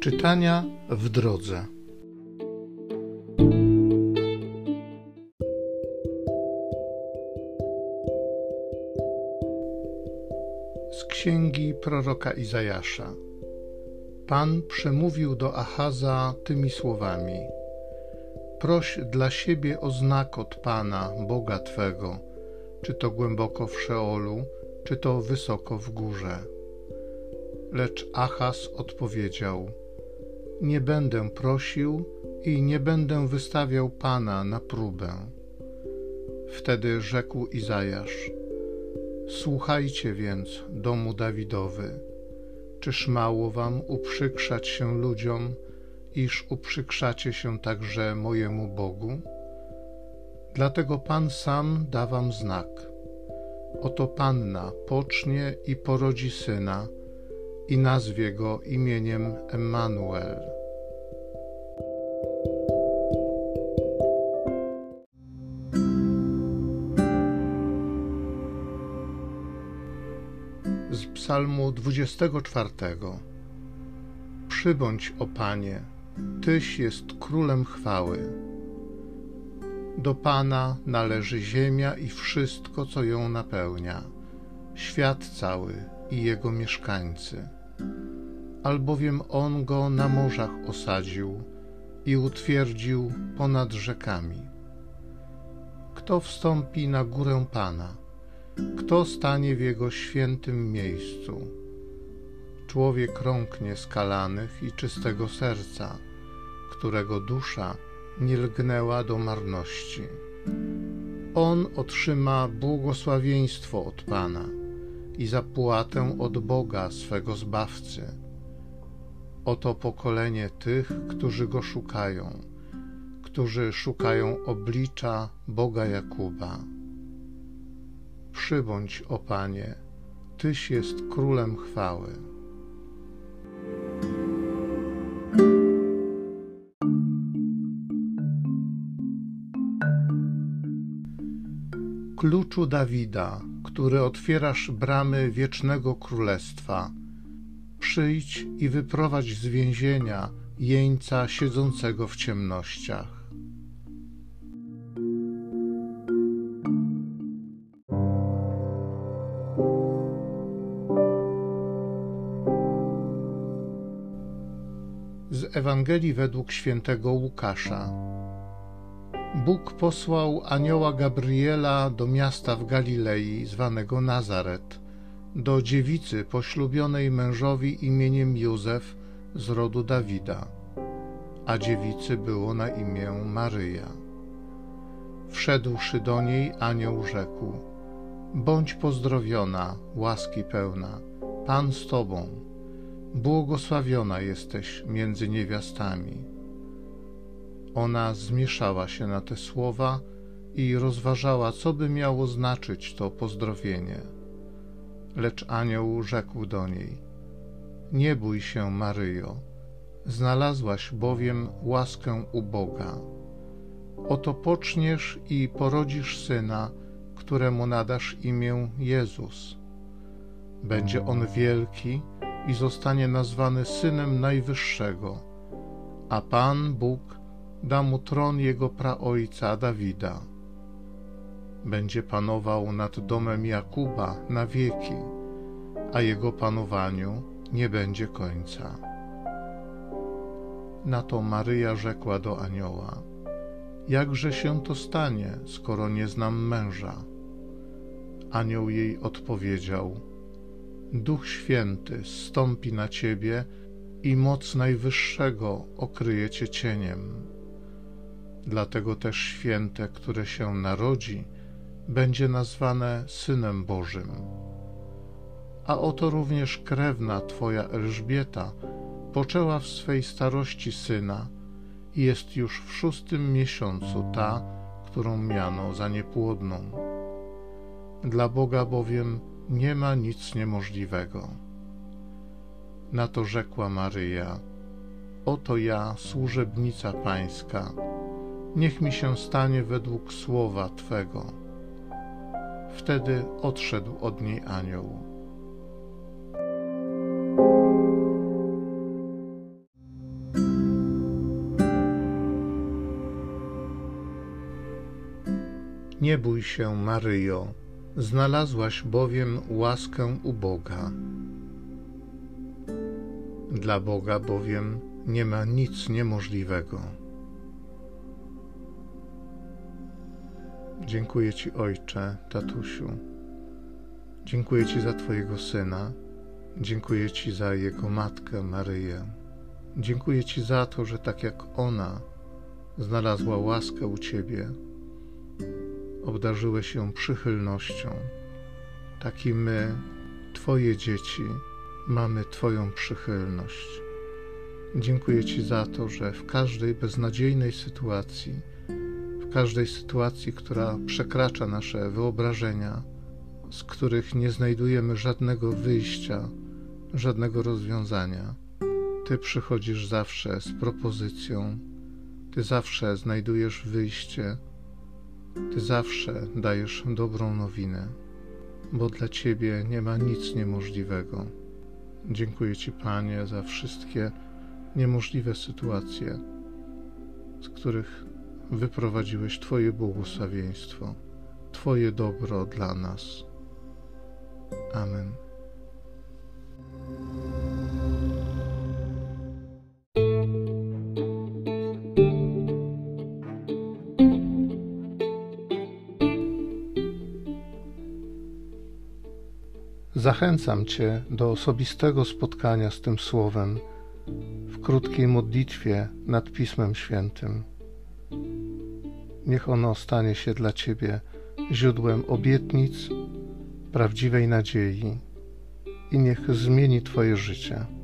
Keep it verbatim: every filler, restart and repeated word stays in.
Czytania w drodze. Z księgi proroka Izajasza. Pan przemówił do Achaza tymi słowami: proś dla siebie o znak od Pana, Boga Twego, czy to głęboko w Szeolu, czy to wysoko w górze. Lecz Achaz odpowiedział: nie będę prosił i nie będę wystawiał Pana na próbę. Wtedy rzekł Izajasz: słuchajcie więc, domu Dawidowy, czyż mało wam uprzykrzać się ludziom, iż uprzykrzacie się także mojemu Bogu? Dlatego Pan sam da wam znak. Oto panna pocznie i porodzi syna i nazwie go imieniem Emmanuel. Z psalmu dwudziestego czwartego. Przybądź, o Panie, Tyś jest królem chwały. Do Pana należy ziemia i wszystko, co ją napełnia, świat cały i jego mieszkańcy. Albowiem On go na morzach osadził i utwierdził ponad rzekami. Kto wstąpi na górę Pana? Kto stanie w Jego świętym miejscu? Człowiek rąk nieskalanych i czystego serca, którego dusza nie lgnęła do marności. On otrzyma błogosławieństwo od Pana i zapłatę od Boga swego Zbawcy. Oto pokolenie tych, którzy Go szukają, którzy szukają oblicza Boga Jakuba. Przybądź, o Panie, Tyś jest królem chwały. Kluczu Dawida, który otwierasz bramy wiecznego królestwa, przyjdź i wyprowadź z więzienia jeńca siedzącego w ciemnościach. Z Ewangelii według świętego Łukasza. Bóg posłał anioła Gabriela do miasta w Galilei zwanego Nazaret, do dziewicy poślubionej mężowi imieniem Józef z rodu Dawida, a dziewicy było na imię Maryja. Wszedłszy do niej, anioł rzekł: bądź pozdrowiona, łaski pełna, Pan z Tobą, błogosławiona jesteś między niewiastami. Ona zmieszała się na te słowa i rozważała, co by miało znaczyć to pozdrowienie. Lecz anioł rzekł do niej: nie bój się, Maryjo, znalazłaś bowiem łaskę u Boga. Oto poczniesz i porodzisz syna, któremu nadasz imię Jezus. Będzie on wielki i zostanie nazwany Synem Najwyższego, a Pan Bóg da mu tron jego praojca Dawida. Będzie panował nad domem Jakuba na wieki, a jego panowaniu nie będzie końca. Na to Maryja rzekła do anioła: jakże się to stanie, skoro nie znam męża? Anioł jej odpowiedział: Duch Święty zstąpi na ciebie i moc Najwyższego okryje cię cieniem. Dlatego też święte, które się narodzi, będzie nazwane Synem Bożym. A oto również krewna twoja Elżbieta poczęła w swej starości syna i jest już w szóstym miesiącu ta, którą miano za niepłodną. Dla Boga bowiem nie ma nic niemożliwego. Na to rzekła Maryja: oto ja, służebnica Pańska, niech mi się stanie według słowa Twego. Wtedy odszedł od niej anioł. Nie bój się, Maryjo, znalazłaś bowiem łaskę u Boga. Dla Boga bowiem nie ma nic niemożliwego. Dziękuję Ci, Ojcze, tatusiu. Dziękuję Ci za Twojego Syna. Dziękuję Ci za Jego matkę, Maryję. Dziękuję Ci za to, że tak jak ona znalazła łaskę u Ciebie, obdarzyłeś ją przychylnością. Tak i my, Twoje dzieci, mamy Twoją przychylność. Dziękuję Ci za to, że w każdej beznadziejnej sytuacji, w każdej sytuacji, która przekracza nasze wyobrażenia, z których nie znajdujemy żadnego wyjścia, żadnego rozwiązania, Ty przychodzisz zawsze z propozycją, Ty zawsze znajdujesz wyjście, Ty zawsze dajesz dobrą nowinę, bo dla Ciebie nie ma nic niemożliwego. Dziękuję Ci, Panie, za wszystkie niemożliwe sytuacje, z których wyprowadziłeś Twoje błogosławieństwo, Twoje dobro dla nas. Amen. Zachęcam Cię do osobistego spotkania z tym Słowem w krótkiej modlitwie nad Pismem Świętym. Niech ono stanie się dla Ciebie źródłem obietnic, prawdziwej nadziei i niech zmieni Twoje życie.